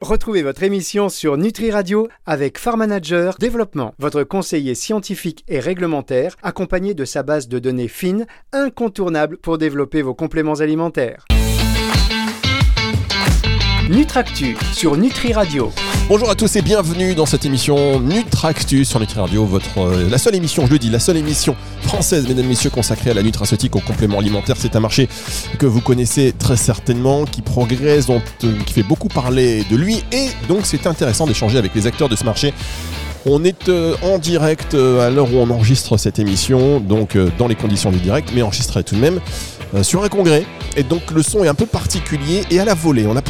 Retrouvez votre émission sur Nutri Radio avec Farm Manager Développement, votre conseiller scientifique et réglementaire, accompagné de sa base de données fine, incontournable pour développer vos compléments alimentaires. Nutractu sur Nutri Radio. Bonjour à tous et bienvenue dans cette émission Nutractu sur Nutri Radio, la seule émission, je le dis, la seule émission française, mesdames et messieurs, consacrée à la nutraceutique, aux compléments alimentaires. C'est un marché que vous connaissez très certainement, qui progresse, qui fait beaucoup parler de lui, et donc c'est intéressant d'échanger avec les acteurs de ce marché. On est en direct à l'heure où on enregistre cette émission, donc dans les conditions du direct, mais enregistré tout de même sur un congrès. Et donc le son est un peu particulier et à la volée. On a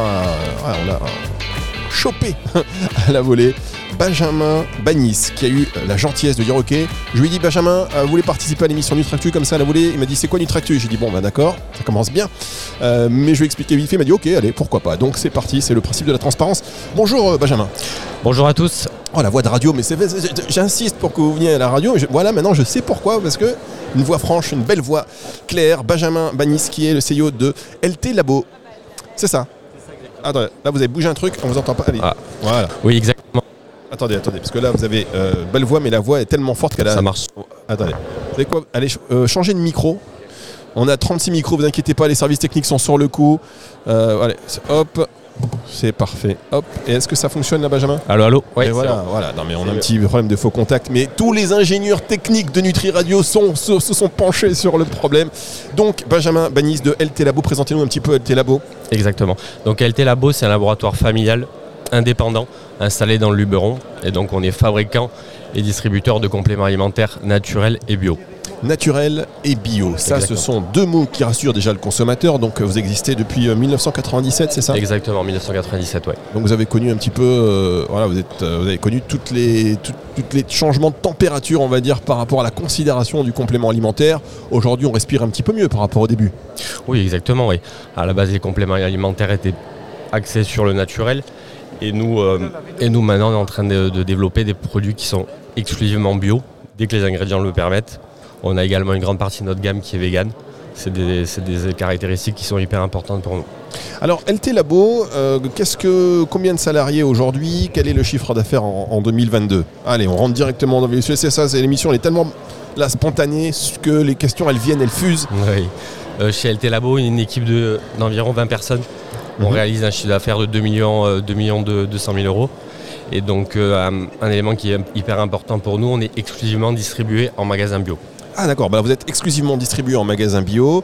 chopé à la volée Benjamin Bagnis, qui a eu la gentillesse de dire ok. Je lui ai dit Benjamin, vous voulez participer à l'émission Nutractu comme ça à la volée? Il m'a dit c'est quoi Nutractu? J'ai dit bon bah d'accord, ça commence bien, mais je lui ai expliqué vite fait. Il m'a dit ok, allez, pourquoi pas. Donc c'est parti, c'est le principe de la transparence. Bonjour Benjamin. Bonjour à tous. Oh, la voix de radio, mais j'insiste pour que vous veniez à la radio. Voilà, maintenant je sais pourquoi, parce que une voix franche, une belle voix claire. Benjamin Bagnis, qui est le CEO de LT Labo. C'est ça. Attendez, là vous avez bougé un truc, on vous entend pas. Allez. Ah. Voilà. Oui, exactement. Attendez, parce que là vous avez belle voix, mais la voix est tellement forte qu'elle a. Ça marche. Attendez. Vous savez quoi? Allez, changez de micro. On a 36 micros, vous inquiétez pas, les services techniques sont sur le coup. Allez, hop. C'est parfait. Hop. Et est-ce que ça fonctionne là, Benjamin? Allô. Oui, voilà. Non, mais on a un petit problème de faux contact. Mais tous les ingénieurs techniques de Nutri Radio se sont penchés sur le problème. Donc, Benjamin Bagnis de LT Labo, présentez-nous un petit peu LT Labo. Exactement. Donc, LT Labo, c'est un laboratoire familial indépendant installé dans le Luberon. Et donc, on est fabricant et distributeur de compléments alimentaires naturels et bio. Naturel et bio, ça Exactement. Ce sont deux mots qui rassurent déjà le consommateur. Donc vous existez depuis 1997, c'est ça? Exactement, 1997, ouais. Donc vous avez connu un petit peu, vous avez connu toutes les changements de température, on va dire, par rapport à la considération du complément alimentaire. Aujourd'hui, on respire un petit peu mieux par rapport au début. Oui, exactement, oui. À la base, les compléments alimentaires étaient axés sur le naturel. Et nous, maintenant, on est en train de développer des produits qui sont exclusivement bio, dès que les ingrédients le permettent. On a également une grande partie de notre gamme qui est végane. C'est des caractéristiques qui sont hyper importantes pour nous. Alors, LT Labo, combien de salariés aujourd'hui? Quel est le chiffre d'affaires en 2022? Allez, on rentre directement dans le sujet. C'est ça, l'émission, elle est tellement spontanée que les questions, elles viennent, elles fusent. Oui. Chez LT Labo, une équipe d'environ 20 personnes. On réalise un chiffre d'affaires de 2 millions 200 000 euros. Et donc, un élément qui est hyper important pour nous, on est exclusivement distribué en magasin bio. Ah d'accord, vous êtes exclusivement distribué en magasin bio.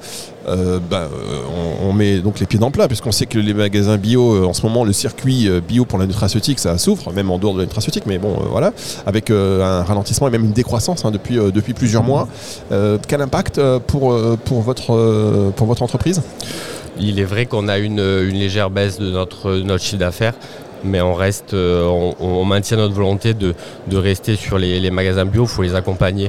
On met donc les pieds dans le plat, puisqu'on sait que les magasins bio, en ce moment, le circuit bio pour la nutraceutique, ça souffre, même en dehors de la nutraceutique, mais bon, voilà, avec un ralentissement et même une décroissance depuis plusieurs mois. Quel impact pour votre entreprise? Il est vrai qu'on a une légère baisse de notre chiffre d'affaires, mais on maintient notre volonté de rester sur les magasins bio. Il faut les accompagner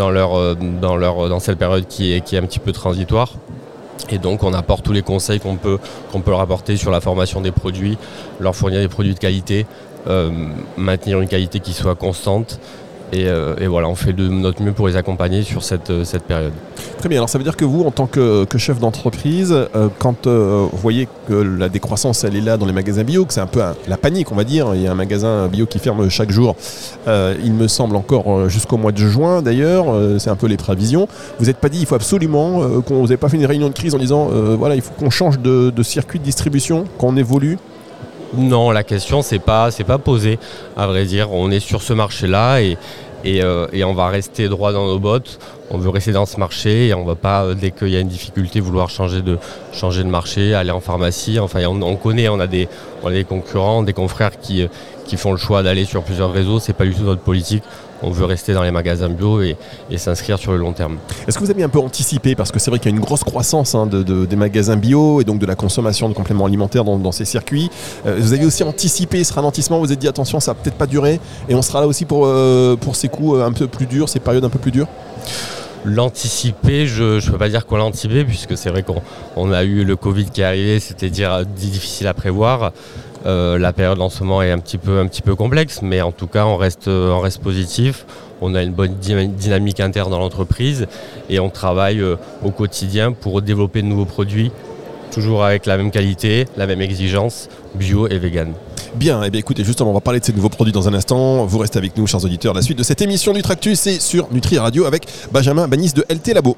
dans cette période qui est un petit peu transitoire. Et donc on apporte tous les conseils qu'on peut leur apporter sur la formation des produits, leur fournir des produits de qualité, maintenir une qualité qui soit constante. Et voilà, on fait de notre mieux pour les accompagner sur cette période. Très bien, alors ça veut dire que vous, en tant que chef d'entreprise, quand vous voyez que la décroissance, elle est là dans les magasins bio, que c'est un peu la panique, on va dire, il y a un magasin bio qui ferme chaque jour, il me semble encore jusqu'au mois de juin d'ailleurs, c'est un peu les prévisions. Vous n'êtes pas dit, il faut absolument, vous n'avez pas fait une réunion de crise en disant, il faut qu'on change de circuit de distribution, qu'on évolue? Non, la question c'est pas posée, à vrai dire. On est sur ce marché-là et on va rester droit dans nos bottes. On veut rester dans ce marché et on ne va pas, dès qu'il y a une difficulté, vouloir changer de marché, aller en pharmacie. Enfin, on connaît, on a des concurrents, des confrères qui font le choix d'aller sur plusieurs réseaux. C'est pas du tout notre politique. On veut rester dans les magasins bio et s'inscrire sur le long terme. Est-ce que vous avez un peu anticipé, parce que c'est vrai qu'il y a une grosse croissance des magasins bio et donc de la consommation de compléments alimentaires dans ces circuits. Vous avez aussi anticipé ce ralentissement, vous vous êtes dit attention, ça va peut-être pas durer et on sera là aussi pour ces coups un peu plus durs, ces périodes un peu plus dures? L'anticiper, je ne peux pas dire qu'on l'a anticipé, puisque c'est vrai qu'on a eu le Covid qui est arrivé, c'était difficile à prévoir. La période en ce moment est un petit peu complexe, mais en tout cas on reste positif. On a une bonne dynamique interne dans l'entreprise et on travaille au quotidien pour développer de nouveaux produits toujours avec la même qualité, la même exigence, bio et vegan. Bien, et bien écoutez, justement, on va parler de ces nouveaux produits dans un instant. Vous restez avec nous, chers auditeurs. La suite de cette émission Nutractus, c'est sur Nutri Radio avec Benjamin Banis de LT Labo.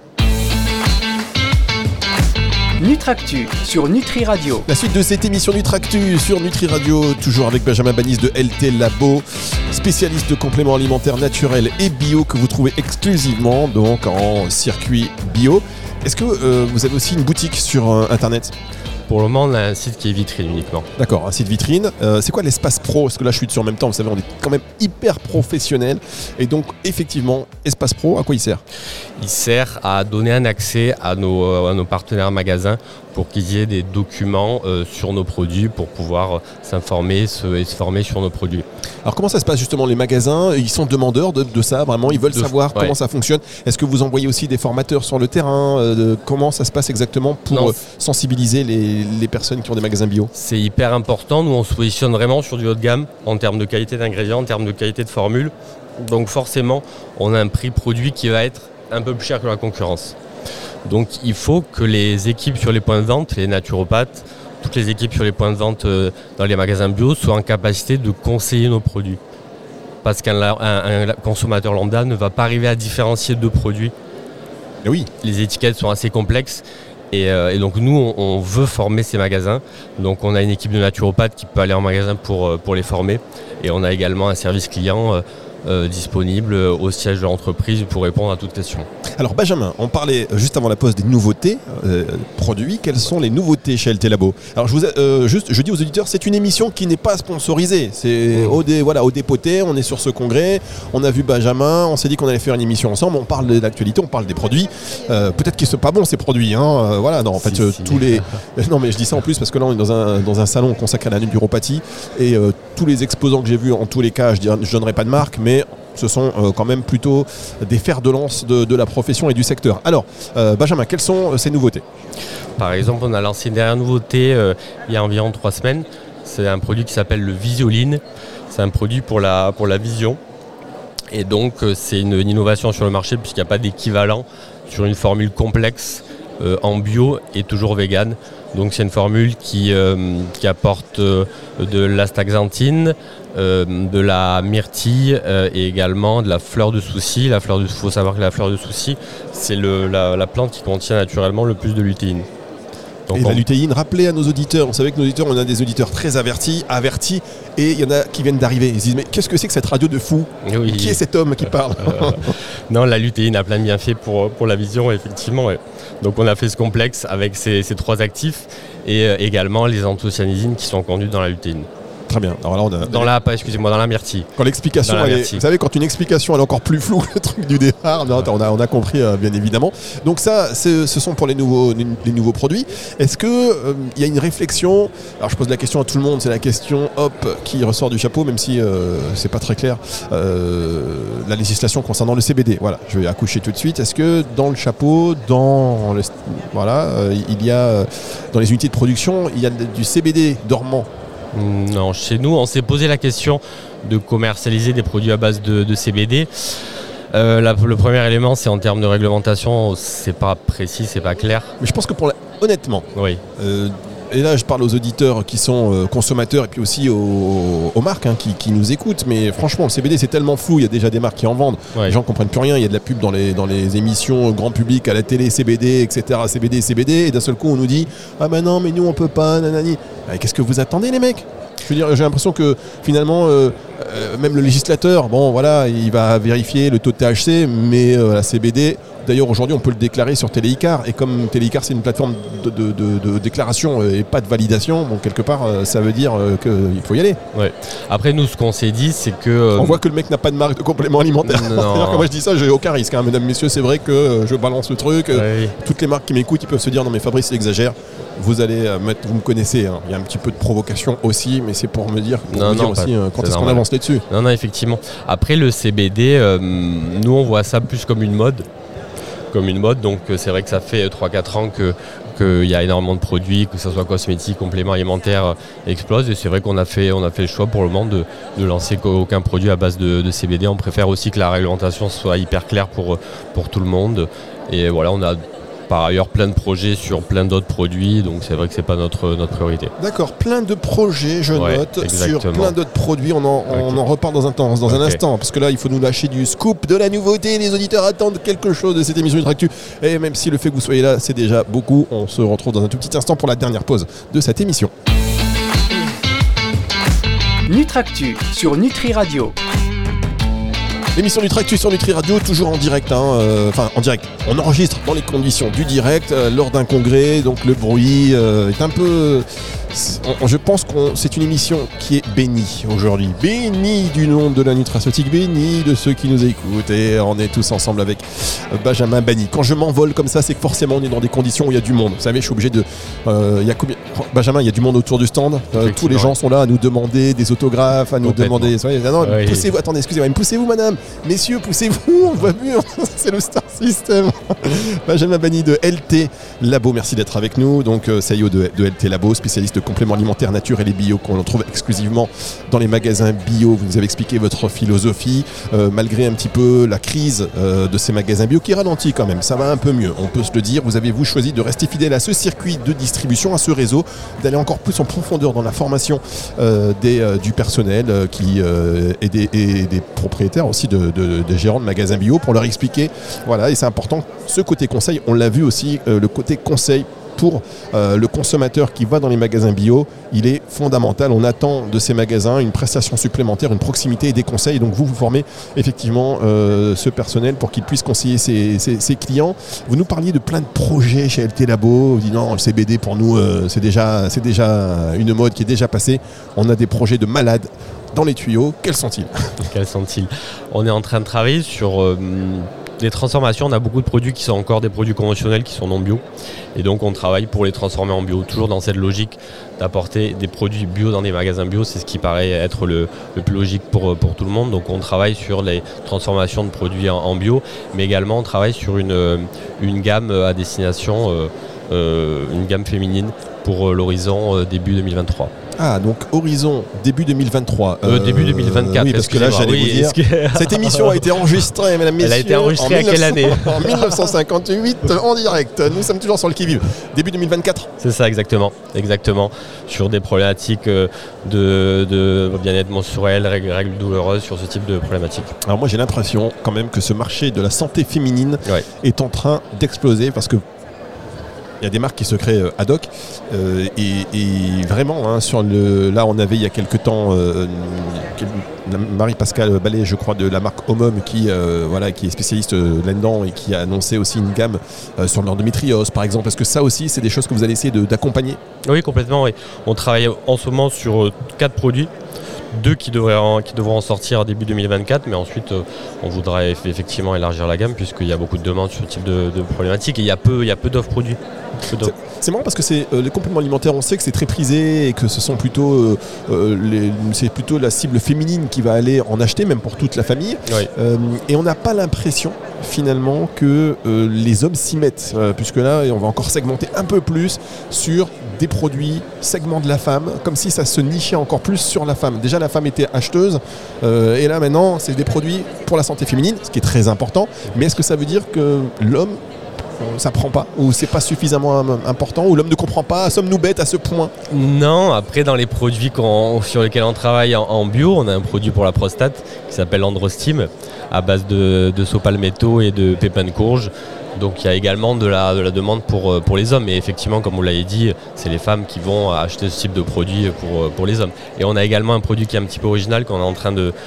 Nutractus sur Nutri Radio. La suite de cette émission Nutractus sur Nutri Radio, toujours avec Benjamin Banis de LT Labo, spécialiste de compléments alimentaires naturels et bio que vous trouvez exclusivement donc en circuit bio. Est-ce que vous avez aussi une boutique sur Internet ? Pour le moment, on a un site qui est vitrine uniquement. D'accord, un site vitrine. C'est quoi l'espace pro ? Parce que là, je suis dessus en même temps. Vous savez, on est quand même hyper professionnel. Et donc, effectivement, espace pro, à quoi il sert ? Il sert à donner un accès à nos partenaires magasins pour qu'ils aient des documents sur nos produits pour pouvoir s'informer et se former sur nos produits. Alors, comment ça se passe justement ? Les magasins, ils sont demandeurs de ça, vraiment. Ils veulent savoir comment ça fonctionne. Est-ce que vous envoyez aussi des formateurs sur le terrain ? Comment ça se passe exactement pour sensibiliser les personnes qui ont des magasins bio ? C'est hyper important. Nous, on se positionne vraiment sur du haut de gamme en termes de qualité d'ingrédients, en termes de qualité de formule. Donc forcément, on a un prix produit qui va être un peu plus cher que la concurrence. Donc il faut que les équipes sur les points de vente, les naturopathes, toutes les équipes sur les points de vente dans les magasins bio soient en capacité de conseiller nos produits. Parce qu'un consommateur lambda ne va pas arriver à différencier deux produits. Et oui. Les étiquettes sont assez complexes. Et donc nous, on veut former ces magasins. Donc on a une équipe de naturopathes qui peut aller en magasin pour les former. Et on a également un service client disponible au siège de l'entreprise pour répondre à toutes questions. Alors Benjamin, on parlait juste avant la pause des nouveautés produits. Quelles sont les nouveautés chez LT Labo ? Alors je dis aux auditeurs, c'est une émission qui n'est pas sponsorisée. C'est au dépoté, on est sur ce congrès, on a vu Benjamin, on s'est dit qu'on allait faire une émission ensemble, on parle de l'actualité, on parle des produits. Peut-être qu'ils ne sont pas bons ces produits. Tous les... Non mais je dis ça en plus parce que là on est dans un salon consacré à la naturopathie et tous les exposants que j'ai vus, en tous les cas, je ne donnerai pas de marque, mais ce sont quand même plutôt des fers de lance de la profession et du secteur. Alors, Benjamin, quelles sont ces nouveautés ? Par exemple, on a lancé une dernière nouveauté il y a environ 3 semaines. C'est un produit qui s'appelle le Visioline. C'est un produit pour la vision. Et donc, c'est une innovation sur le marché puisqu'il n'y a pas d'équivalent sur une formule complexe en bio et toujours vegan. Donc c'est une formule qui apporte de l'astaxanthine, de la myrtille et également de la fleur de souci. Il faut savoir que la fleur de souci, c'est la plante qui contient naturellement le plus de lutéine. Donc la lutéine, rappelez à nos auditeurs, vous savez que nos auditeurs, on a des auditeurs très avertis, et il y en a qui viennent d'arriver. Ils se disent, mais qu'est-ce que c'est que cette radio de fou ? Oui. Qui est cet homme qui parle ? Non, la lutéine a plein de bienfaits pour la vision, effectivement. Ouais. Donc on a fait ce complexe avec ces 3 actifs et également les anthocyanisines qui sont contenues dans la lutéine. Très bien. Alors là, on a... dans la myrtille. Quand l'explication, vous savez, quand une explication elle est encore plus floue que le truc du départ, on a compris bien évidemment. Donc ça, ce sont pour les nouveaux produits. Est-ce que il y a une réflexion ? Alors je pose la question à tout le monde, c'est la question qui ressort du chapeau, même si c'est pas très clair. La législation concernant le CBD. Voilà, je vais accoucher tout de suite. Est-ce que dans le chapeau, il y a dans les unités de production, il y a du CBD dormant ? Non, chez nous, on s'est posé la question de commercialiser des produits à base de CBD. Le premier élément, c'est en termes de réglementation, c'est pas précis, c'est pas clair. Mais je pense que honnêtement, oui. Et là je parle aux auditeurs qui sont consommateurs et puis aussi aux marques qui nous écoutent, mais franchement le CBD c'est tellement flou, il y a déjà des marques qui en vendent, les gens ne comprennent plus rien, il y a de la pub dans les émissions grand public, à la télé, CBD, etc. CBD, et d'un seul coup on nous dit « Ah ben non mais nous on peut pas, nanani ». Qu'est-ce que vous attendez les mecs ? Je veux dire, j'ai l'impression que finalement, même le législateur, il va vérifier le taux de THC, mais la CBD, d'ailleurs aujourd'hui on peut le déclarer sur Téléicar, et comme Téléicar c'est une plateforme de déclaration et pas de validation, bon quelque part ça veut dire qu'il faut y aller. Ouais. Après nous ce qu'on s'est dit c'est que... On voit que le mec n'a pas de marque de complément alimentaire. C'est-à-dire que moi je dis ça, j'ai aucun risque, hein, mesdames, messieurs, c'est vrai que je balance le truc, toutes les marques qui m'écoutent ils peuvent se dire non mais Fabrice il exagère. Vous allez vous me connaissez, hein. Il y a un petit peu de provocation aussi, mais c'est pour me dire, quand est-ce qu'on avance là-dessus. Non, effectivement. Après le CBD, nous on voit ça plus comme une mode. Donc c'est vrai que ça fait 3-4 ans qu'il y a énormément de produits, que ce soit cosmétiques, compléments alimentaires, explosent. Et c'est vrai qu'on a fait le choix pour le moment de lancer aucun produit à base de CBD. On préfère aussi que la réglementation soit hyper claire pour tout le monde. Et voilà, on a par ailleurs plein de projets sur plein d'autres produits, donc c'est vrai que c'est pas notre priorité. D'accord, plein de projets, je note, exactement. sur plein d'autres produits. On en reparle dans un instant, parce que là, il faut nous lâcher du scoop, de la nouveauté. Les auditeurs attendent quelque chose de cette émission NutriActu. Et même si le fait que vous soyez là, c'est déjà beaucoup. On se retrouve dans un tout petit instant pour la dernière pause de cette émission. NutriActu sur Nutri Radio. L'émission NutriActu sur Nutri Radio, toujours en direct, en direct. On enregistre dans les conditions du direct, lors d'un congrès, donc le bruit est un peu... Je pense que c'est une émission qui est bénie aujourd'hui. Bénie du nom de la nutraceutique, bénie de ceux qui nous écoutent. Et on est tous ensemble avec Benjamin Banny. Quand je m'envole comme ça, c'est que forcément on est dans des conditions où il y a du monde. Vous savez, je suis obligé de... Benjamin, il y a du monde autour du stand. Tous les gens sont là à nous demander des autographes, à nous demander... Poussez-vous, attendez, excusez-moi, poussez-vous madame. Messieurs, poussez-vous, on voit mieux. C'est le Star System. Benjamin Banny de LT Labo, merci d'être avec nous. Donc CEO de LT Labo, spécialiste de compléments alimentaires nature et les bio qu'on trouve exclusivement dans les magasins bio. Vous nous avez expliqué votre philosophie, malgré un petit peu la crise de ces magasins bio qui ralentit quand même. Ça va un peu mieux, on peut se le dire. Vous avez choisi de rester fidèle à ce circuit de distribution, à ce réseau, d'aller encore plus en profondeur dans la formation du personnel et des propriétaires aussi, des gérants de magasins bio, pour leur expliquer. Voilà, et c'est important, ce côté conseil, on l'a vu aussi, le côté conseil pour le consommateur qui va dans les magasins bio, il est fondamental. On attend de ces magasins une prestation supplémentaire, une proximité et des conseils. Donc vous formez effectivement ce personnel pour qu'il puisse conseiller ses clients. Vous nous parliez de plein de projets chez LT Labo. Vous dites non, le CBD pour nous, c'est déjà une mode qui est déjà passée. On a des projets de malades dans les tuyaux. Quels sont-ils ? On est en train de travailler sur... les transformations. On a beaucoup de produits qui sont encore des produits conventionnels qui sont non bio, et donc on travaille pour les transformer en bio, toujours dans cette logique d'apporter des produits bio dans des magasins bio. C'est ce qui paraît être le plus logique pour tout le monde. Donc on travaille sur les transformations de produits en bio, mais également on travaille sur une gamme à destination, une gamme féminine pour l'horizon début 2023. Ah, donc horizon début 2023. Début 2024. Oui, parce que là, j'allais vous dire, cette émission a été enregistrée, mesdames, messieurs. Elle a été enregistrée à quelle année ? En 1958, en direct. Nous sommes toujours sur le qui-vive. Début 2024. C'est ça, exactement. Sur des problématiques de bien-être menstruel, règles douloureuses, sur ce type de problématiques. Alors moi, j'ai l'impression quand même que ce marché de la santé féminine est en train d'exploser, parce que il y a des marques qui se créent ad hoc et vraiment là on avait il y a quelques temps Marie-Pascale Ballet, je crois, de la marque Homom qui est spécialiste là-dedans et qui a annoncé aussi une gamme sur l'endométriose par exemple. Est-ce que ça aussi c'est des choses que vous allez essayer d'accompagner ? Oui, complètement. Oui. On travaille en ce moment sur 4 produits. 2 qui devront en sortir début 2024, mais ensuite on voudra effectivement élargir la gamme puisqu'il y a beaucoup de demandes sur ce type de problématiques et il y a peu d'offres produits. C'est marrant parce que les compléments alimentaires, on sait que c'est très prisé et que ce sont plutôt c'est plutôt la cible féminine qui va aller en acheter, même pour toute la famille. Oui. Et on n'a pas l'impression finalement que les hommes s'y mettent, puisque là on va encore segmenter un peu plus sur des produits segment de la femme, comme si ça se nichait encore plus sur la femme. Déjà la femme était acheteuse et là maintenant c'est des produits pour la santé féminine, ce qui est très important. Mais est-ce que ça veut dire que l'homme ça prend pas, ou c'est pas suffisamment important, ou l'homme ne comprend pas, sommes-nous bêtes à ce point ? Non, après dans les produits sur lesquels on travaille en bio, on a un produit pour la prostate qui s'appelle Androstym, à base de saut-palmetto et de pépins de courge. Donc il y a également de la demande pour les hommes, et effectivement comme vous l'avez dit, c'est les femmes qui vont acheter ce type de produit pour les hommes. Et on a également un produit qui est un petit peu original qu'on est en train de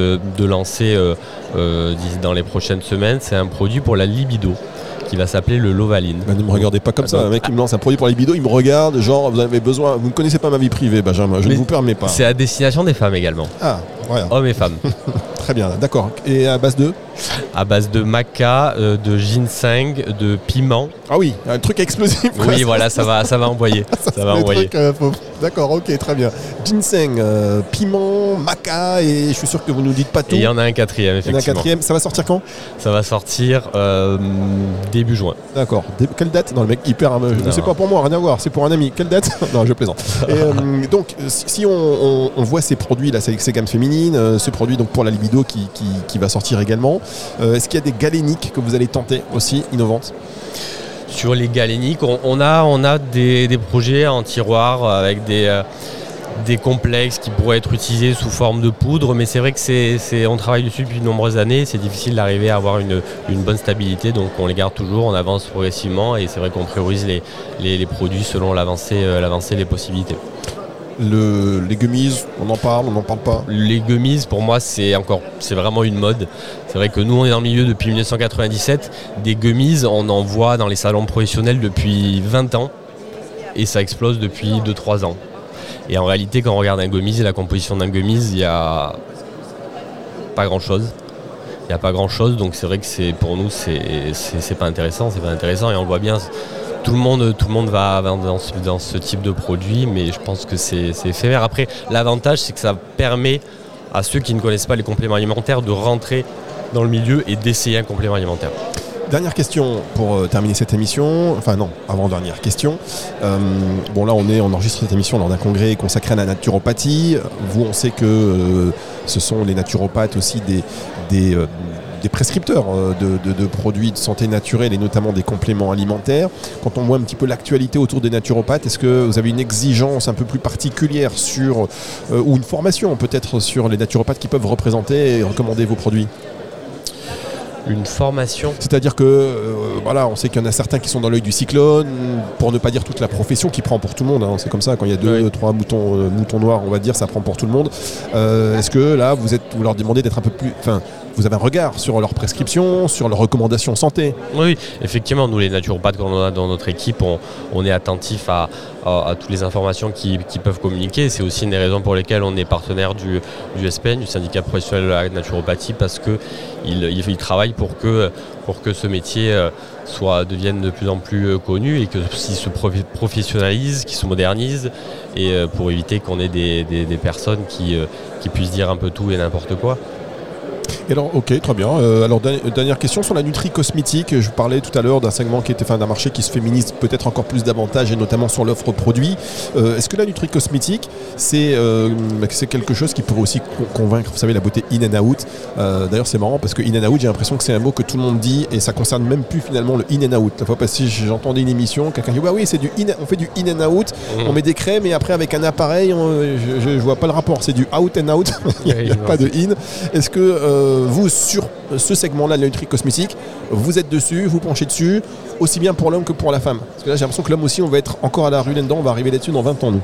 lancer dans les prochaines semaines. C'est un produit pour la libido qui va s'appeler le Lovaline. Ne me regardez pas comme ça, un mec qui me lance un produit pour la libido, il me regarde, genre vous avez besoin, vous ne connaissez pas ma vie privée, Benjamin, je ne vous permets pas. C'est à destination des femmes également. Ah, voilà. Hommes et femmes. Très bien, d'accord. Et à base de ? À base de maca, de ginseng, de piment. Ah oui, un truc explosif. Oui, voilà, ça va envoyer. ça va envoyer. D'accord, ok, très bien. Ginseng, piment, maca, et je suis sûr que vous ne nous dites pas tout. Et il y en a un quatrième, effectivement. Il y en a un quatrième, ça va sortir quand ? Ça va sortir début juin. D'accord. Quelle date ? Non, le mec hyper... C'est pas pour moi, rien à voir, c'est pour un ami. Quelle date ? Non, je plaisante. Et, donc, si on voit ces produits, là, ces gammes féminines, ce produit donc, pour la libido qui va sortir également, est-ce qu'il y a des galéniques que vous allez tenter aussi, innovantes ? Sur les galéniques, on a des projets en tiroir avec des complexes qui pourraient être utilisés sous forme de poudre, mais c'est vrai que on travaille dessus depuis de nombreuses années, c'est difficile d'arriver à avoir une bonne stabilité, donc on les garde toujours, on avance progressivement et c'est vrai qu'on priorise les produits selon l'avancée des possibilités. Les gummies, on en parle pas? Les gummies, pour moi, c'est vraiment une mode. C'est vrai que nous, on est dans le milieu depuis 1997. Des gummies, on en voit dans les salons professionnels depuis 20 ans et ça explose depuis 2-3 ans. Et en réalité, quand on regarde un gummies, la composition d'un gummies, il n'y a pas grand-chose. Donc c'est vrai que pour nous, c'est pas intéressant. Et on le voit bien. Tout le monde va dans ce type de produit, mais je pense que c'est éphémère. Après, l'avantage, c'est que ça permet à ceux qui ne connaissent pas les compléments alimentaires de rentrer dans le milieu et d'essayer un complément alimentaire. Dernière question pour terminer cette émission. Enfin non, avant-dernière question. Là, on enregistre cette émission lors d'un congrès consacré à la naturopathie. Vous, on sait que ce sont les naturopathes aussi des prescripteurs de produits de santé naturelle et notamment des compléments alimentaires. Quand on voit un petit peu l'actualité autour des naturopathes, est-ce que vous avez une exigence un peu plus particulière ou une formation peut-être sur les naturopathes qui peuvent représenter et recommander vos produits ? Une formation. C'est-à-dire que, on sait qu'il y en a certains qui sont dans l'œil du cyclone, pour ne pas dire toute la profession qui prend pour tout le monde. C'est comme ça, quand il y a 2-3 moutons noirs, on va dire, ça prend pour tout le monde. Est-ce que là, vous leur demandez d'être un peu plus... vous avez un regard sur leurs prescriptions, sur leurs recommandations santé? Oui, effectivement, nous les naturopathes qu'on a dans notre équipe, on est attentifs à toutes les informations qui peuvent communiquer. C'est aussi une des raisons pour lesquelles on est partenaire du SPN, du syndicat professionnel de la naturopathie, parce qu'il travaille pour que ce métier devienne de plus en plus connu et que s'il se professionnalise, qu'il se modernise, et pour éviter qu'on ait des personnes qui puissent dire un peu tout et n'importe quoi. Et alors, ok, très bien. Alors, dernière question sur la nutri-cosmétique. Je vous parlais tout à l'heure d'un segment d'un marché qui se féminise peut-être encore plus davantage, et notamment sur l'offre produit. Est-ce que la nutri-cosmétique, c'est quelque chose qui pourrait aussi convaincre, vous savez, la beauté in and out. D'ailleurs, c'est marrant parce que in and out, j'ai l'impression que c'est un mot que tout le monde dit et ça concerne même plus finalement le in and out. La fois passée, j'entendais une émission, quelqu'un dit oui, on fait du in and out, on met des crèmes et après avec un appareil, je vois pas le rapport. C'est du out and out. Il n'y a pas de in. Est-ce que vous, sur ce segment-là de la nutri-cosmétique, vous êtes dessus, vous penchez dessus, aussi bien pour l'homme que pour la femme? Parce que là, j'ai l'impression que l'homme aussi, on va être encore à la rue là-dedans, on va arriver là-dessus dans 20 ans, nous.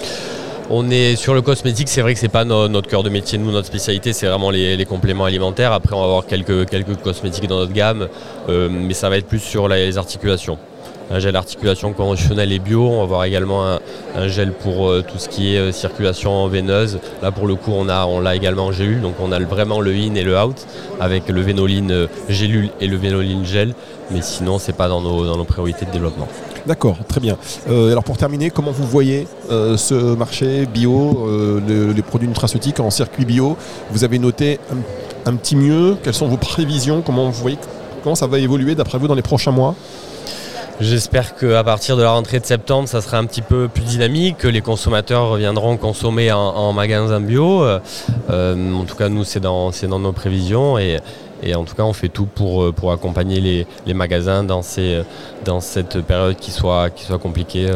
On est sur le cosmétique, c'est vrai que c'est pas notre cœur de métier. Nous, notre spécialité, c'est vraiment les compléments alimentaires. Après, on va avoir quelques cosmétiques dans notre gamme, mais ça va être plus sur les articulations. Un gel articulation conventionnel et bio. On va avoir également un gel pour tout ce qui est circulation veineuse. Là, pour le coup, on l'a également en gélule. Donc, on a vraiment le in et le out avec le Vénoline gélule et le Vénoline gel. Mais sinon, c'est pas dans nos priorités de développement. D'accord, très bien. Alors pour terminer, comment vous voyez ce marché bio, les produits nutraceutiques en circuit bio? Vous avez noté un petit mieux. Quelles sont vos prévisions? Comment ça va évoluer d'après vous dans les prochains mois? J'espère qu'à partir de la rentrée de septembre, ça sera un petit peu plus dynamique, que les consommateurs reviendront consommer en magasin bio. En tout cas, nous, c'est dans nos prévisions et en tout cas, on fait tout pour accompagner les magasins dans cette période qui soit compliquée.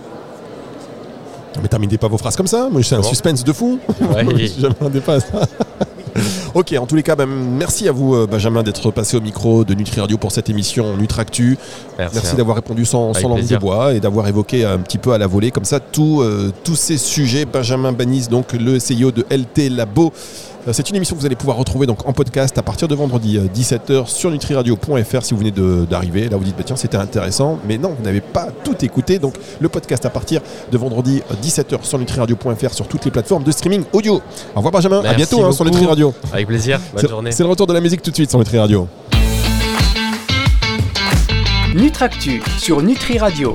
Mais terminez pas vos phrases comme ça, moi c'est un suspense de fou. Ouais. Je m'attendais pas à ça. Ok, en tous les cas, merci à vous Benjamin d'être passé au micro de Nutri Radio pour cette émission Nutractu. Merci d'avoir répondu sans langue de bois et d'avoir évoqué un petit peu à la volée comme ça tous ces sujets. Benjamin Banis, donc le CEO de LT Labo. C'est une émission que vous allez pouvoir retrouver donc en podcast à partir de vendredi 17h sur nutriradio.fr si vous venez d'arriver. Là vous dites tiens c'était intéressant, mais non vous n'avez pas tout écouté. Donc le podcast à partir de vendredi 17h sur nutriradio.fr sur toutes les plateformes de streaming audio. Au revoir Benjamin, merci à bientôt sur Nutri Radio. Avec plaisir, bonne journée. C'est le retour de la musique tout de suite sur Nutri Radio. Nutractu sur Nutri Radio.